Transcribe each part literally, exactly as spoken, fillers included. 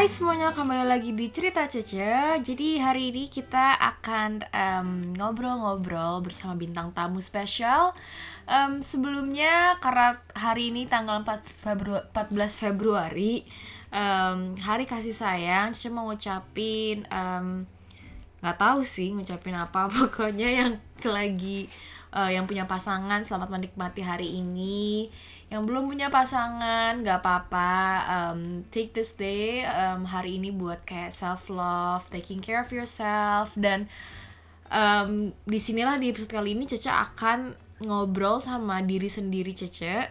Hai semuanya, kembali lagi di Cerita Cece. Jadi hari ini kita akan um, ngobrol-ngobrol bersama bintang tamu spesial. um, Sebelumnya, karena hari ini tanggal empat belas Februari, um, Hari Kasih Sayang, Cece mau ngucapin um, Gak tahu sih ngucapin apa. Pokoknya yang lagi uh, yang punya pasangan, selamat menikmati hari ini. Yang belum punya pasangan, gak apa-apa, um, take this day, um, hari ini buat kayak self love, taking care of yourself. Dan um, disinilah di episode kali ini Cece akan ngobrol sama diri sendiri Cece,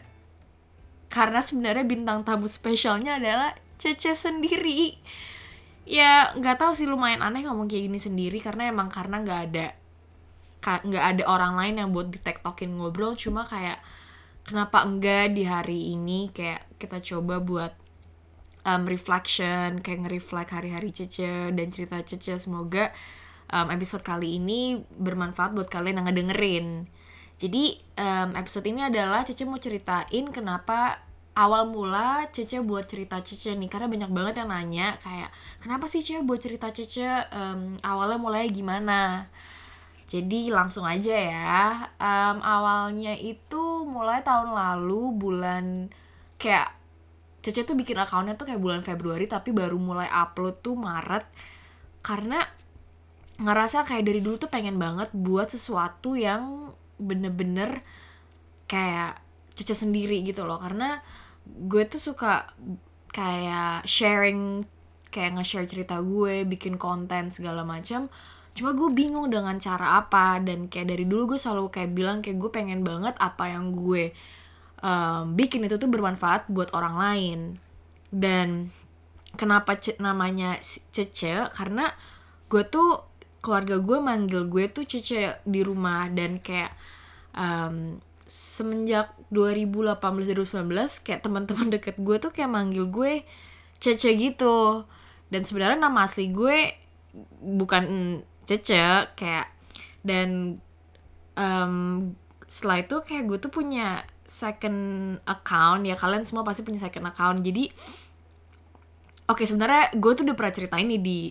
karena sebenarnya bintang tamu spesialnya adalah Cece sendiri. Ya nggak tahu sih, lumayan aneh ngomong kayak gini sendiri, karena emang karena nggak ada nggak ada orang lain yang buat ditektokin ngobrol. Cuma kayak kenapa enggak di hari ini kayak kita coba buat um, reflection, kayak nge-reflect hari-hari Cece dan cerita Cece. Semoga um, episode kali ini bermanfaat buat kalian yang ngedengerin. Jadi um, episode ini adalah Cece mau ceritain kenapa awal mula Cece buat cerita Cece nih. Karena banyak banget yang nanya kayak, kenapa sih Cece buat cerita Cece, um, awalnya mulai gimana? Jadi langsung aja ya. um, Awalnya itu mulai tahun lalu bulan, kayak Cece tuh bikin akunnya tuh kayak bulan Februari, tapi baru mulai upload tuh Maret. Karena ngerasa kayak dari dulu tuh pengen banget buat sesuatu yang bener-bener kayak Cece sendiri gitu loh. Karena gue tuh suka kayak sharing, kayak nge-share cerita gue, bikin konten segala macam. Cuma gue bingung dengan cara apa. Dan kayak dari dulu gue selalu kayak bilang kayak gue pengen banget apa yang gue um, bikin itu tuh bermanfaat buat orang lain. Dan kenapa ce- namanya Cece, karena gue tuh, keluarga gue manggil gue tuh Cece di rumah. Dan kayak um, semenjak dua ribu delapan belas dua ribu sembilan belas kayak teman-teman deket gue tuh kayak manggil gue Cece gitu. Dan sebenarnya nama asli gue bukan Cece kayak. Dan um, setelah itu kayak gue tuh punya second account. Ya kalian semua pasti punya second account. Jadi oke, okay, sebenarnya gue tuh udah pernah cerita ini di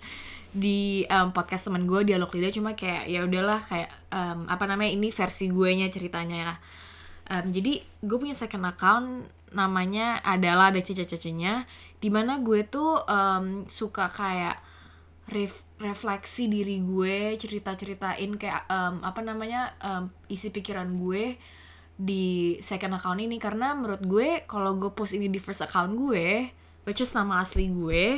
di um, podcast teman gue, Dialog Lidah. Cuma kayak ya udahlah, kayak um, apa namanya, ini versi gue nya ceritanya ya. Um, jadi gue punya second account, namanya adalah ada Cece-Cece-nya, dimana gue tuh um, suka kayak Ref, refleksi diri gue, cerita-ceritain kayak um, apa namanya um, isi pikiran gue di second account ini. Karena menurut gue kalau gue post ini di first account gue, which is nama asli gue,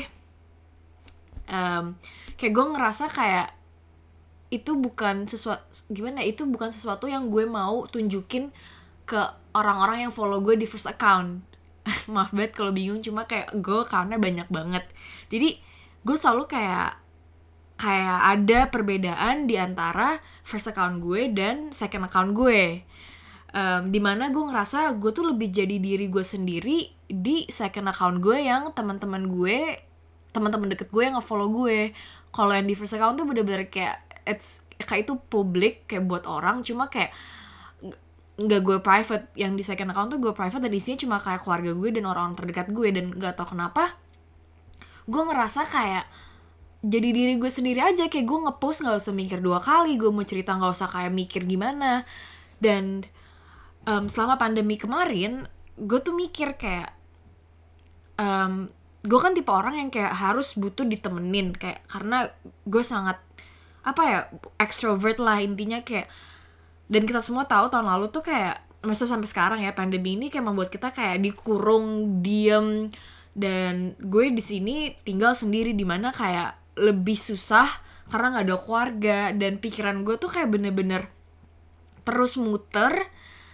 um, kayak gue ngerasa kayak itu bukan sesuatu, gimana, itu bukan sesuatu yang gue mau tunjukin ke orang-orang yang follow gue di first account. Maaf banget kalau bingung, cuma kayak gue accountnya banyak banget. Jadi gue selalu kayak kayak ada perbedaan di antara first account gue dan second account gue, um, dimana gue ngerasa gue tuh lebih jadi diri gue sendiri di second account gue, yang teman-teman gue, teman-teman deket gue yang nge-follow gue. Kalau yang di first account tuh bener-bener kayak it's kayak itu publik, kayak buat orang, cuma kayak nggak gue private. Yang di second account tuh gue private, dan isinya cuma kayak keluarga gue dan orang-orang terdekat gue. Dan nggak tau kenapa gue ngerasa kayak jadi diri gue sendiri aja. Kayak gue ngepost gak usah mikir dua kali, gue mau cerita gak usah kayak mikir gimana. Dan um, selama pandemi kemarin gue tuh mikir kayak um, gue kan tipe orang yang kayak harus butuh ditemenin, kayak karena gue sangat apa ya, extrovert lah intinya kayak. Dan kita semua tahu tahun lalu tuh kayak, maksudnya sampai sekarang ya, pandemi ini kayak membuat kita kayak dikurung, diem. Dan gue di sini tinggal sendiri, dimana kayak lebih susah karena nggak ada keluarga. Dan pikiran gue tuh kayak bener-bener terus muter.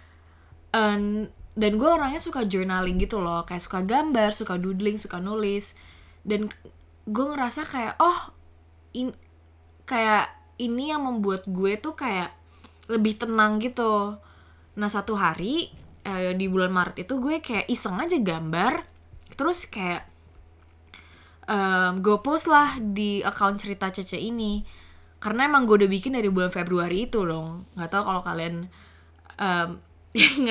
um, Dan gue orangnya suka journaling gitu loh, kayak suka gambar, suka doodling, suka nulis. Dan gue ngerasa kayak oh in, kayak ini yang membuat gue tuh kayak lebih tenang gitu. Nah satu hari eh, di bulan Maret itu gue kayak iseng aja gambar, terus kayak um, gue post lah di account Cerita Cece ini. Karena emang gue udah bikin dari bulan Februari itu dong. Gak tahu kalau kalian um,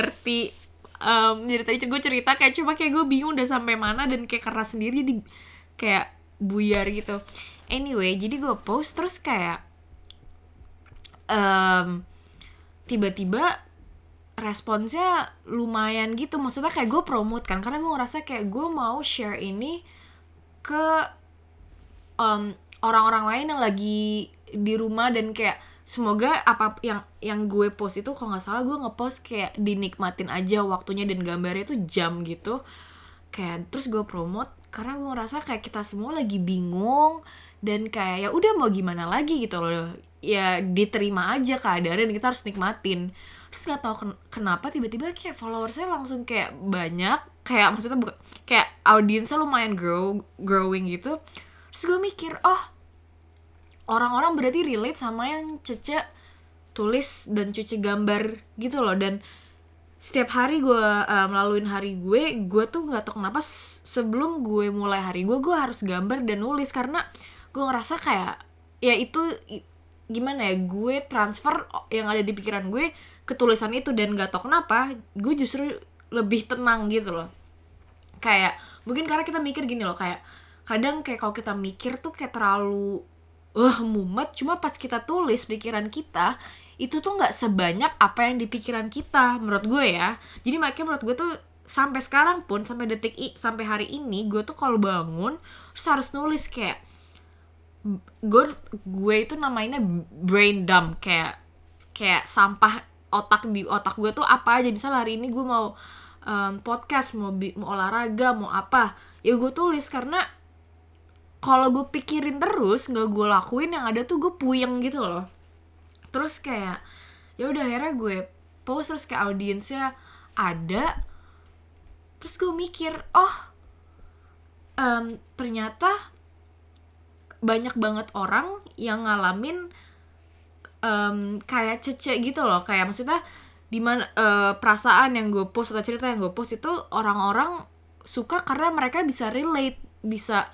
ngerti um, jadi tadi gue cerita kayak, cuma kayak gue bingung udah sampai mana. Dan kayak karena sendiri di, kayak buyar gitu. Anyway, jadi gue post terus kayak um, tiba-tiba responsnya lumayan gitu. Maksudnya kayak gue promote kan, karena gue ngerasa kayak gue mau share ini ke um, orang-orang lain yang lagi di rumah, dan kayak semoga apa yang yang gue post itu, kalau nggak salah gue ngepost kayak dinikmatin aja waktunya, dan gambarnya tuh jam gitu. Kayak terus gue promote karena gue ngerasa kayak kita semua lagi bingung, dan kayak ya udah mau gimana lagi gitu loh, ya diterima aja keadaan dan kita harus nikmatin. Terus nggak tahu ken- kenapa tiba-tiba kayak followersnya langsung kayak banyak, kayak maksudnya bukan kayak audiensnya lumayan grow growing gitu. Terus gue mikir, oh orang-orang berarti relate sama yang Cece tulis dan Cece gambar gitu loh. Dan setiap hari gue uh, melaluin hari gue, gue tuh nggak tahu kenapa sebelum gue mulai hari gue, gue harus gambar dan nulis, karena gue ngerasa kayak ya itu gimana ya, gue transfer yang ada di pikiran gue ke tulisan itu, dan nggak tahu kenapa gue justru lebih tenang gitu loh. Kayak mungkin karena kita mikir gini loh, kayak kadang kayak kalau kita mikir tuh kayak terlalu uh mumet, cuma pas kita tulis pikiran kita itu tuh nggak sebanyak apa yang di pikiran kita, menurut gue ya. Jadi makanya menurut gue tuh sampai sekarang pun, sampai detik i, sampai hari ini, gue tuh kalau bangun terus harus nulis. Kayak gue gue itu namanya brain dump, kayak kayak sampah otak di otak gue tuh apa aja. Misal hari ini gue mau um, podcast, mau mau olahraga, mau apa, ya gue tulis. Karena kalau gue pikirin terus nggak gue lakuin, yang ada tuh gue puyeng gitu loh. Terus kayak ya udah akhirnya gue post, terus kayak audiensnya ada. Terus gue mikir, oh um, ternyata banyak banget orang yang ngalamin um, kayak Cece gitu loh. Kayak maksudnya dimana uh, perasaan yang gue post atau cerita yang gue post itu orang-orang suka karena mereka bisa relate, bisa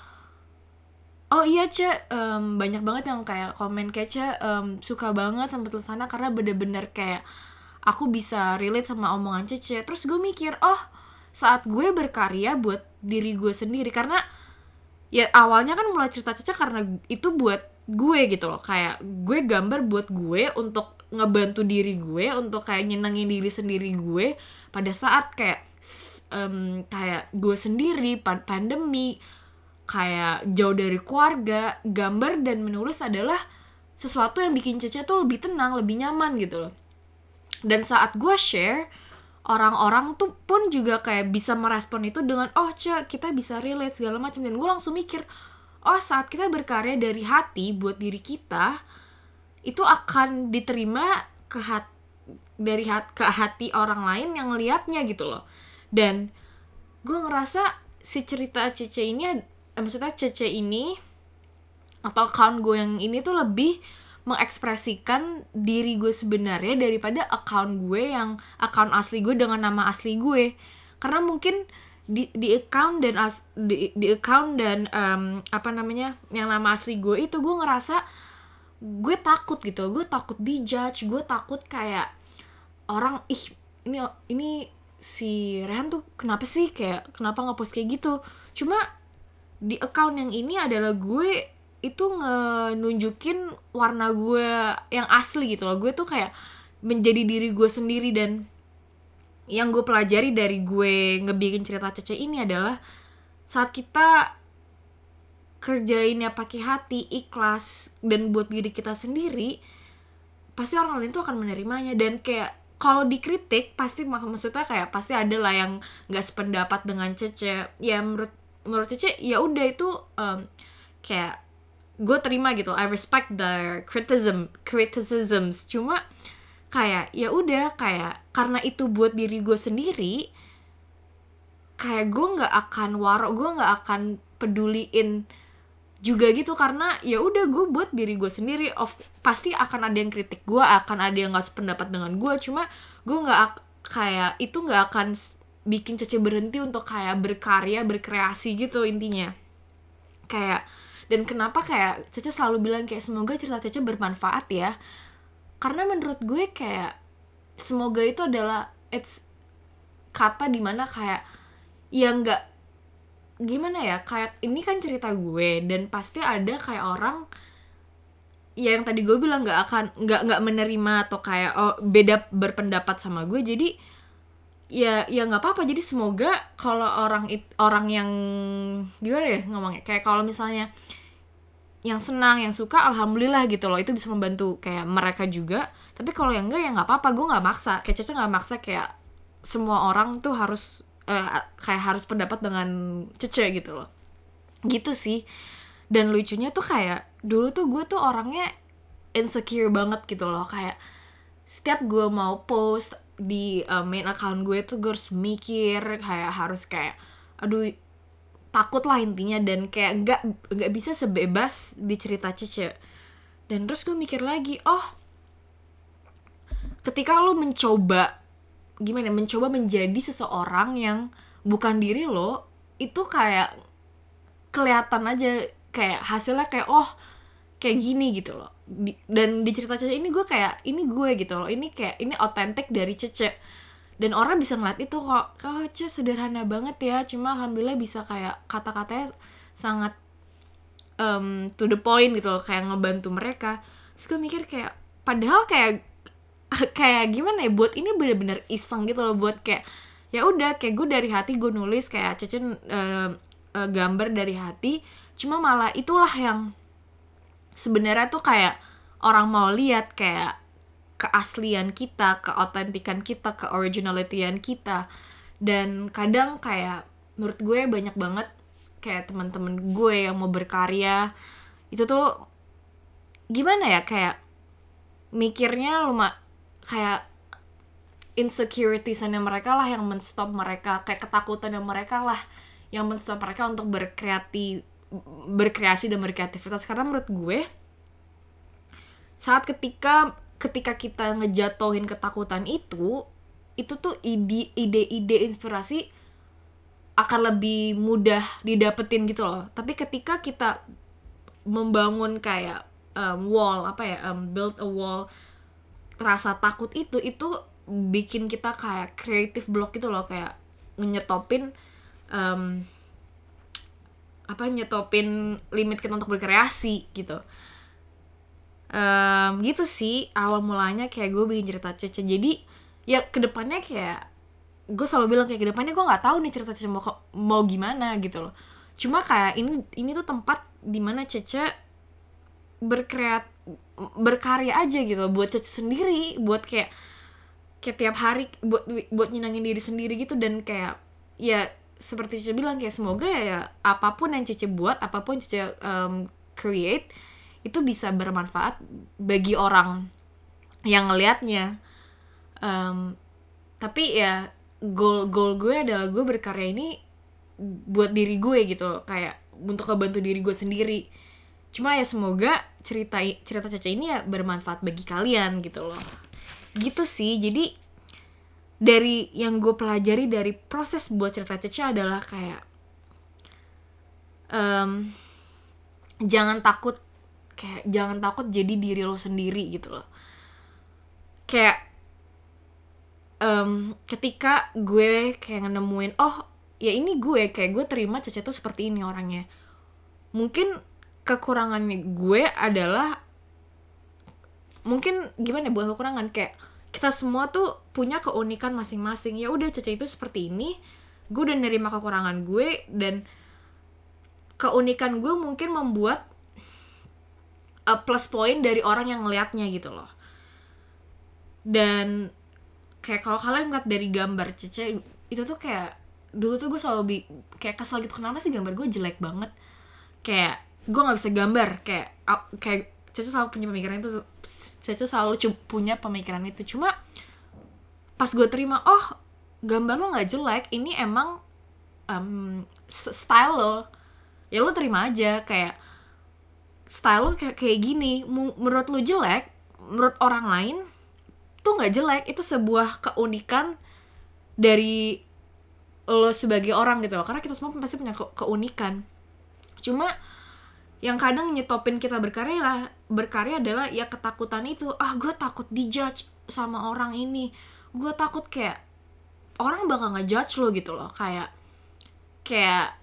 oh iya Ce, um, banyak banget yang kayak komen kayak Ce um, suka banget sama tulisannya karena bener-bener kayak aku bisa relate sama omongan Cece. Terus gue mikir, oh saat gue berkarya buat diri gue sendiri, karena ya awalnya kan mulai cerita Cece karena itu buat gue gitu loh. Kayak gue gambar buat gue, untuk ngebantu diri gue, untuk kayak nyenengin diri sendiri gue pada saat kayak um, kayak gue sendiri pandemi, kayak jauh dari keluarga. Gambar dan menulis adalah sesuatu yang bikin Cece tuh lebih tenang, lebih nyaman gitu loh. Dan saat gue share, orang-orang tuh pun juga kayak bisa merespon itu dengan oh Ce, kita bisa relate segala macam. Dan gue langsung mikir, oh saat kita berkarya dari hati buat diri kita, itu akan diterima ke hati, dari hati, ke hati orang lain yang ngelihatnya gitu loh. Dan gue ngerasa si cerita Cece ini, eh, maksudnya Cece ini atau account gue yang ini tuh lebih mengekspresikan diri gue sebenarnya daripada account gue yang account asli gue dengan nama asli gue. Karena mungkin di di account dan as, di di account dan um, apa namanya yang nama asli gue itu, gue ngerasa gue takut gitu, gue takut dijudge, gue takut kayak orang ih ini ini si Rehan tuh kenapa sih, kayak kenapa nge-post kayak gitu. Cuma di account yang ini adalah gue itu ngenunjukin warna gue yang asli gitu loh. Gue tuh kayak menjadi diri gue sendiri. Dan yang gue pelajari dari gue ngebikin cerita Cece ini adalah saat kita kerjainnya pakai hati, ikhlas, dan buat diri kita sendiri, pasti orang lain tuh akan menerimanya. Dan kayak kalau dikritik pasti mak- maksudnya kayak pasti ada lah yang nggak sependapat dengan Cece. Ya menurut menurut Cece ya udah itu um, kayak gue terima gitu, I respect the criticism criticisms. Cuma kayak ya udah, kayak karena itu buat diri gue sendiri, kayak gue nggak akan waro, gue nggak akan peduliin juga gitu. Karena ya udah gue buat diri gue sendiri. Of pasti akan ada yang kritik gue, akan ada yang nggak sependapat dengan gue. Cuma gue nggak kayak itu nggak akan bikin Cece berhenti untuk kayak berkarya, berkreasi gitu intinya. Kayak dan kenapa kayak Cece selalu bilang kayak semoga cerita Cece bermanfaat ya, karena menurut gue kayak semoga itu adalah it's kata dimana kayak ya nggak gimana ya, kayak ini kan cerita gue dan pasti ada kayak orang ya yang tadi gue bilang nggak akan nggak nggak menerima atau kayak oh beda berpendapat sama gue. Jadi ya ya nggak apa-apa. Jadi semoga kalau orang it, orang yang gimana ya ngomongnya, kayak kalau misalnya yang senang, yang suka, alhamdulillah gitu loh, itu bisa membantu kayak mereka juga. Tapi kalau yang enggak ya nggak apa-apa, gue nggak maksa, kayak Caca nggak maksa kayak semua orang tuh harus uh, kayak harus pendapat dengan Caca gitu loh, gitu sih. Dan lucunya tuh kayak dulu tuh gue tuh orangnya insecure banget gitu loh, kayak setiap gue mau post di uh, main account gue tuh gue harus mikir, kayak harus kayak aduh takut lah intinya, dan kayak nggak nggak bisa sebebas di cerita Cece. Dan terus gue mikir lagi, oh ketika lo mencoba gimana mencoba menjadi seseorang yang bukan diri lo, itu kayak kelihatan aja kayak hasilnya kayak oh kayak gini gitu loh. Dan di cerita Cece ini gue kayak ini gue gitu loh, ini kayak ini otentik dari Cece. Dan orang bisa ngeliat itu kok, oh Cece sederhana banget ya, cuma alhamdulillah bisa kayak kata-katanya sangat um, to the point gitu loh, kayak ngebantu mereka. Terus gue mikir kayak padahal kayak kayak gimana ya, buat ini bener-bener iseng gitu loh, buat kayak ya udah kayak gue dari hati gue nulis kayak Cece uh, uh, gambar dari hati, cuma malah itulah yang sebenarnya tuh kayak orang mau lihat kayak keaslian kita, keautentikan kita, keoriginalityan kita. Dan kadang kayak menurut gue banyak banget kayak teman-teman gue yang mau berkarya itu tuh gimana ya, kayak mikirnya luma kayak insecuritiesnya mereka lah yang menstop mereka, kayak ketakutannya mereka lah yang menstop mereka untuk berkreasi berkreasi dan berkreativitas. Karena menurut gue saat ketika ketika kita ngejatohin ketakutan itu, itu tuh ide, ide-ide inspirasi akan lebih mudah didapetin gitu loh. Tapi ketika kita membangun kayak um, wall, apa ya, um, build a wall, rasa takut itu, itu bikin kita kayak creative block gitu loh, kayak nyetopin um, apa nyetopin limit kita untuk berkreasi gitu. Um, gitu sih awal mulanya kayak gue bikin cerita Cece. Jadi ya kedepannya kayak gue selalu bilang kayak kedepannya gue nggak tahu nih cerita Cece mau mau gimana gitu loh. Cuma kayak ini ini tuh tempat dimana Cece berkreat berkarya aja gitu buat Cece sendiri, buat kayak kayak tiap hari buat buat nyenangin diri sendiri gitu. Dan kayak ya seperti Cece bilang kayak semoga ya, ya apapun yang Cece buat, apapun Cece um, create itu bisa bermanfaat bagi orang yang ngelihatnya. Um, tapi ya goal goal gue adalah gue berkarya ini buat diri gue gitu loh, kayak untuk ngebantu diri gue sendiri. Cuma ya semoga cerita cerita Cece ini ya bermanfaat bagi kalian gitu loh. Gitu sih. Jadi dari yang gue pelajari dari proses buat cerita Cece adalah kayak um, jangan takut, kayak jangan takut jadi diri lo sendiri gitu loh. Kayak um, ketika gue kayak nemuin oh ya ini gue, kayak gue terima Cece tuh seperti ini orangnya. Mungkin kekurangannya gue adalah mungkin gimana ya, bukan kekurangan, kayak kita semua tuh punya keunikan masing-masing. Ya udah Cece itu seperti ini, gue udah nerima kekurangan gue, dan keunikan gue mungkin membuat a plus point dari orang yang ngelihatnya gitu loh. Dan kayak kalau kalian ngeliat dari gambar Cece itu tuh kayak dulu tuh gue selalu bi- kayak kesel gitu, kenapa sih gambar gue jelek banget, kayak gue nggak bisa gambar, kayak kayak Cece selalu punya pemikiran itu tuh. Cece selalu punya pemikiran itu. Cuma pas gue terima oh gambar lo nggak jelek, ini emang um, style lo, ya lo terima aja, kayak style lo kayak kayak gini. Menurut lo jelek, menurut orang lain tuh nggak jelek, itu sebuah keunikan dari lo sebagai orang gitu loh. Karena kita semua pasti punya ke- keunikan. Cuma yang kadang nyetopin kita berkarya lah berkarya adalah ya ketakutan itu. Ah gue takut dijudge sama orang ini, gue takut kayak orang bakal ngejudge lo gitu loh, kayak kayak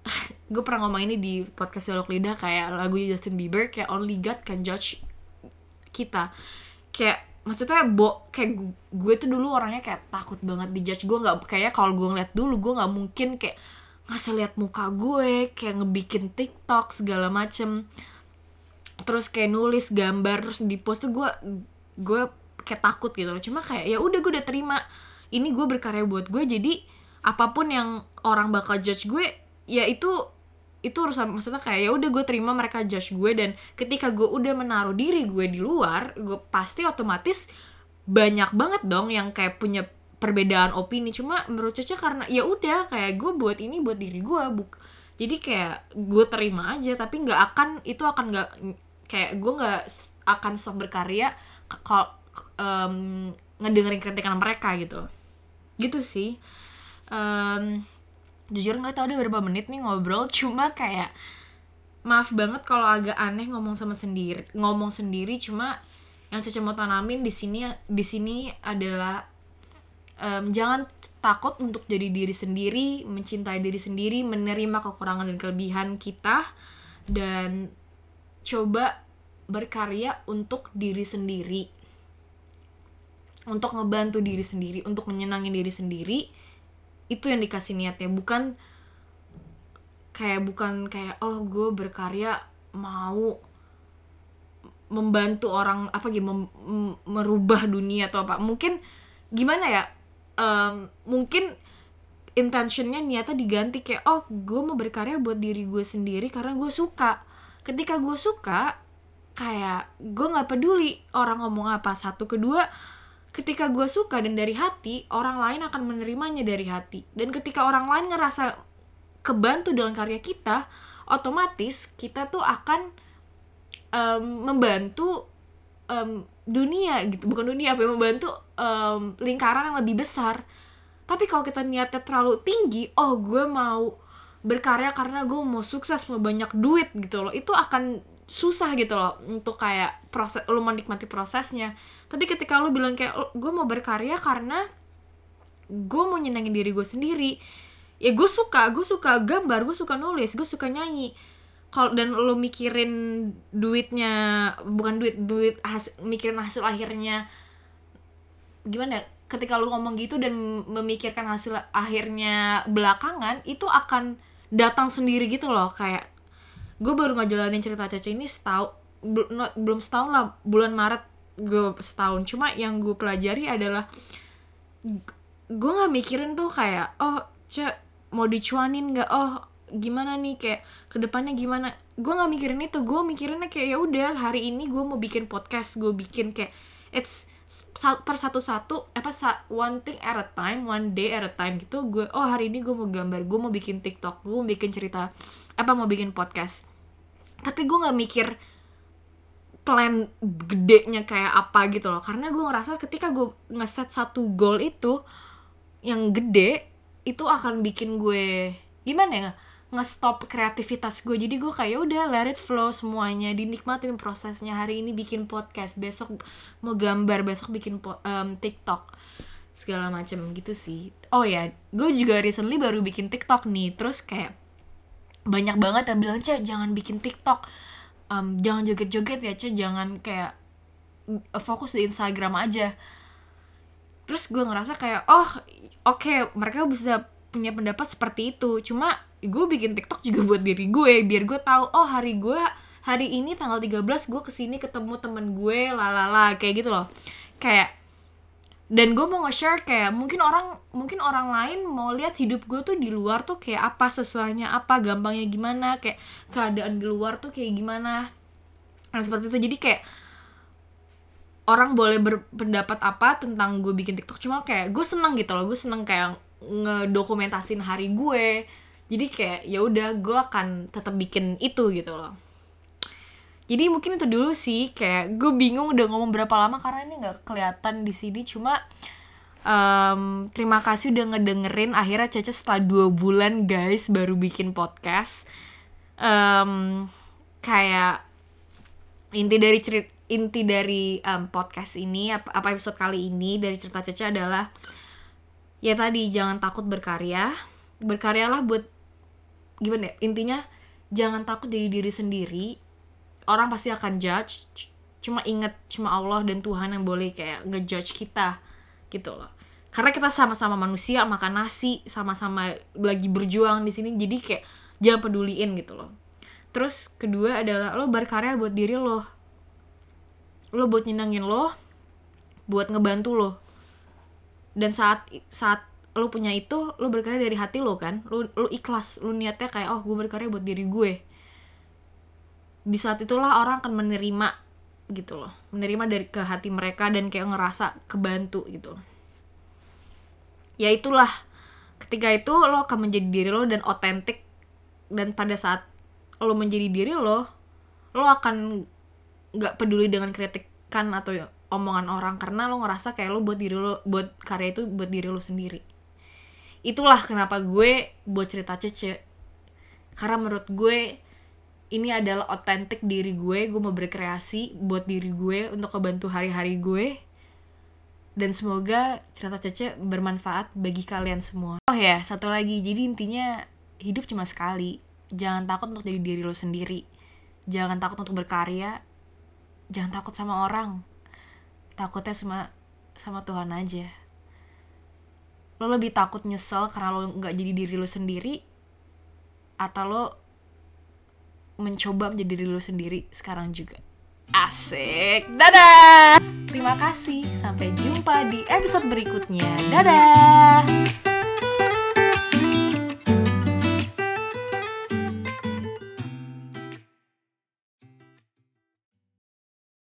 gue pernah ngomong ini di podcast Dialog Lidah, kayak lagu Justin Bieber, kayak only God can judge kita. Kayak maksudnya bo kayak gue, gue tuh dulu orangnya kayak takut banget dijudge. Gue nggak, kayak kalau gue ngeliat dulu gue nggak mungkin kayak ngasih lihat muka gue, kayak ngebikin TikTok segala macem, terus kayak nulis gambar terus di post tuh gue gue kayak takut gitu loh. Cuma kayak ya udah, gue udah terima ini gue berkarya buat gue, jadi apapun yang orang bakal judge gue, ya itu itu urusan, maksudnya kayak ya udah gue terima mereka judge gue. Dan ketika gue udah menaruh diri gue di luar, gue pasti otomatis banyak banget dong yang kayak punya perbedaan opini. Cuma menurut Caca karena ya udah, kayak gue buat ini buat diri gue, buk jadi kayak gue terima aja. Tapi nggak akan, itu akan nggak, kayak gue nggak akan sok berkarya kalau um, ngedengerin kritikan mereka gitu gitu sih. um, Jujur nggak tahu udah berapa menit nih ngobrol, cuma kayak maaf banget kalau agak aneh ngomong sama sendiri ngomong sendiri. Cuma yang Caca mau tanamin di sini di sini adalah um, jangan takut untuk jadi diri sendiri, mencintai diri sendiri, menerima kekurangan dan kelebihan kita, dan coba berkarya untuk diri sendiri, untuk ngebantu diri sendiri, untuk menyenangin diri sendiri. Itu yang dikasih niatnya, bukan kayak bukan kayak oh gue berkarya mau membantu orang apa gitu, mem- m- merubah dunia atau apa. Mungkin gimana ya, um, mungkin intentionnya, niatnya diganti kayak oh gue mau berkarya buat diri gue sendiri karena gue suka. Ketika gue suka, kayak gue nggak peduli orang ngomong apa. Satu, kedua, ketika gue suka dan dari hati, orang lain akan menerimanya dari hati. Dan ketika orang lain ngerasa kebantu dengan karya kita, otomatis kita tuh akan um, membantu um, dunia gitu. Bukan dunia apa, membantu um, lingkaran yang lebih besar. Tapi kalau kita niatnya terlalu tinggi, oh gue mau berkarya karena gue mau sukses, mau banyak duit gitu loh, itu akan susah gitu loh untuk kayak proses, lu menikmati prosesnya. Tapi ketika lu bilang kayak gue mau berkarya karena gue mau nyenengin diri gue sendiri, ya gue suka gue suka gambar, gue suka nulis, gue suka nyanyi. Kalau dan lu mikirin duitnya, bukan duit duit hasil, mikirin hasil akhirnya gimana, ketika lu ngomong gitu dan memikirkan hasil akhirnya belakangan, itu akan datang sendiri gitu loh. Kayak gue baru ngejalanin cerita Caca ini setahun, belum setahun lah, bulan Maret gue setahun. Cuma yang gue pelajari adalah gue nggak mikirin tuh kayak oh Ca mau dicuanin nggak, oh gimana nih kayak kedepannya gimana. Gue nggak mikirin itu. Gue mikirinnya kayak ya udah, hari ini gue mau bikin podcast, gue bikin kayak it's per satu-satu apa one thing at a time, one day at a time gitu. Gue oh hari ini gue mau gambar, gue mau bikin TikTok, gue mau bikin cerita apa, mau bikin podcast. Tapi gue nggak mikir plan gedenya kayak apa gitu loh, karena gue ngerasa ketika gue ngeset satu goal itu yang gede, itu akan bikin gue gimana ya, nge-stop kreativitas gue. Jadi gue kayak udah let it flow semuanya, dinikmatin prosesnya. Hari ini bikin podcast, besok mau gambar, besok bikin po- um, TikTok segala macem gitu sih. Oh ya, gue juga recently baru bikin TikTok nih, terus kayak banyak banget yang bilang Ca jangan bikin TikTok, um, jangan joget-joget ya Ca, jangan kayak fokus di Instagram aja. Terus gue ngerasa kayak oh oke okay, mereka bisa punya pendapat seperti itu. Cuma gue bikin TikTok juga buat diri gue, biar gue tahu oh hari gue hari ini tanggal tiga belas gue kesini ketemu temen gue lalala kayak gitu loh. Kayak dan gue mau nge-share kayak mungkin orang mungkin orang lain mau lihat hidup gue tuh di luar tuh kayak apa, sesuainya apa, gampangnya gimana, kayak keadaan di luar tuh kayak gimana. Nah seperti itu. Jadi kayak orang boleh berpendapat apa tentang gue bikin TikTok, cuma kayak gue seneng gitu loh. Gue seneng kayak ngedokumentasin hari gue. Jadi kayak ya udah, gue akan tetap bikin itu gitu loh. Jadi mungkin itu dulu sih, kayak gue bingung udah ngomong berapa lama karena ini nggak kelihatan di sini. Cuma um, terima kasih udah ngedengerin. Akhirnya Caca setelah dua bulan guys baru bikin podcast. Um, kayak inti dari cerita inti dari um, podcast ini, apa, apa episode kali ini dari cerita Caca adalah ya tadi, jangan takut berkarya. Berkaryalah buat gimana ya, intinya jangan takut jadi diri sendiri. Orang pasti akan judge, cuma inget cuma Allah dan Tuhan yang boleh kayak ngejudge kita gitu loh, karena kita sama-sama manusia, makan nasi, sama-sama lagi berjuang di sini, jadi kayak jangan peduliin gitu loh. Terus kedua adalah lo berkarya buat diri lo, lo buat nyenengin lo, buat ngebantu lo. Dan saat saat lo punya itu, lo berkarya dari hati lo kan, lo lo ikhlas, lo niatnya kayak oh gue berkarya buat diri gue. Di saat itulah orang akan menerima gitu loh, menerima dari ke hati mereka dan kayak ngerasa kebantu gitu. Ya itulah, ketika itu lo akan menjadi diri lo dan otentik, dan pada saat lo menjadi diri lo, lo akan nggak peduli dengan kritikan atau omongan orang, karena lo ngerasa kayak lo buat diri lo, buat karya itu buat diri lo sendiri. Itulah kenapa gue buat cerita Cece, karena menurut gue ini adalah otentik diri gue. Gue mau berkreasi buat diri gue untuk kebantu hari-hari gue, dan semoga cerita Cece bermanfaat bagi kalian semua. Oh ya, satu lagi, jadi intinya hidup cuma sekali. Jangan takut untuk jadi diri lo sendiri, jangan takut untuk berkarya, jangan takut sama orang, takutnya sama sama Tuhan aja. Lo lebih takut nyesel karena lo gak jadi diri lo sendiri, atau lo mencoba menjadi diri lo sendiri sekarang juga. Asik. Dadah. Terima kasih. Sampai jumpa di episode berikutnya. Dadah.